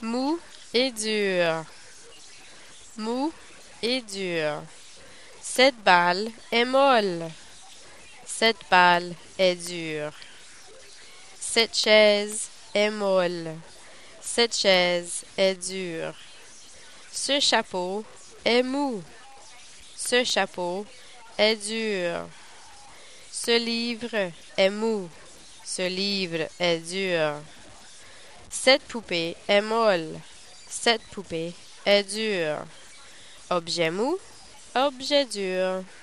Mou et dur. Mou et dur. Cette balle est molle. Cette balle est dure. Cette chaise est molle. Cette chaise est dure. Ce chapeau est mou. Ce chapeau est dur. Ce livre est mou. Ce livre est dur. Cette poupée est molle. Cette poupée est dure. Objet mou, objet dur.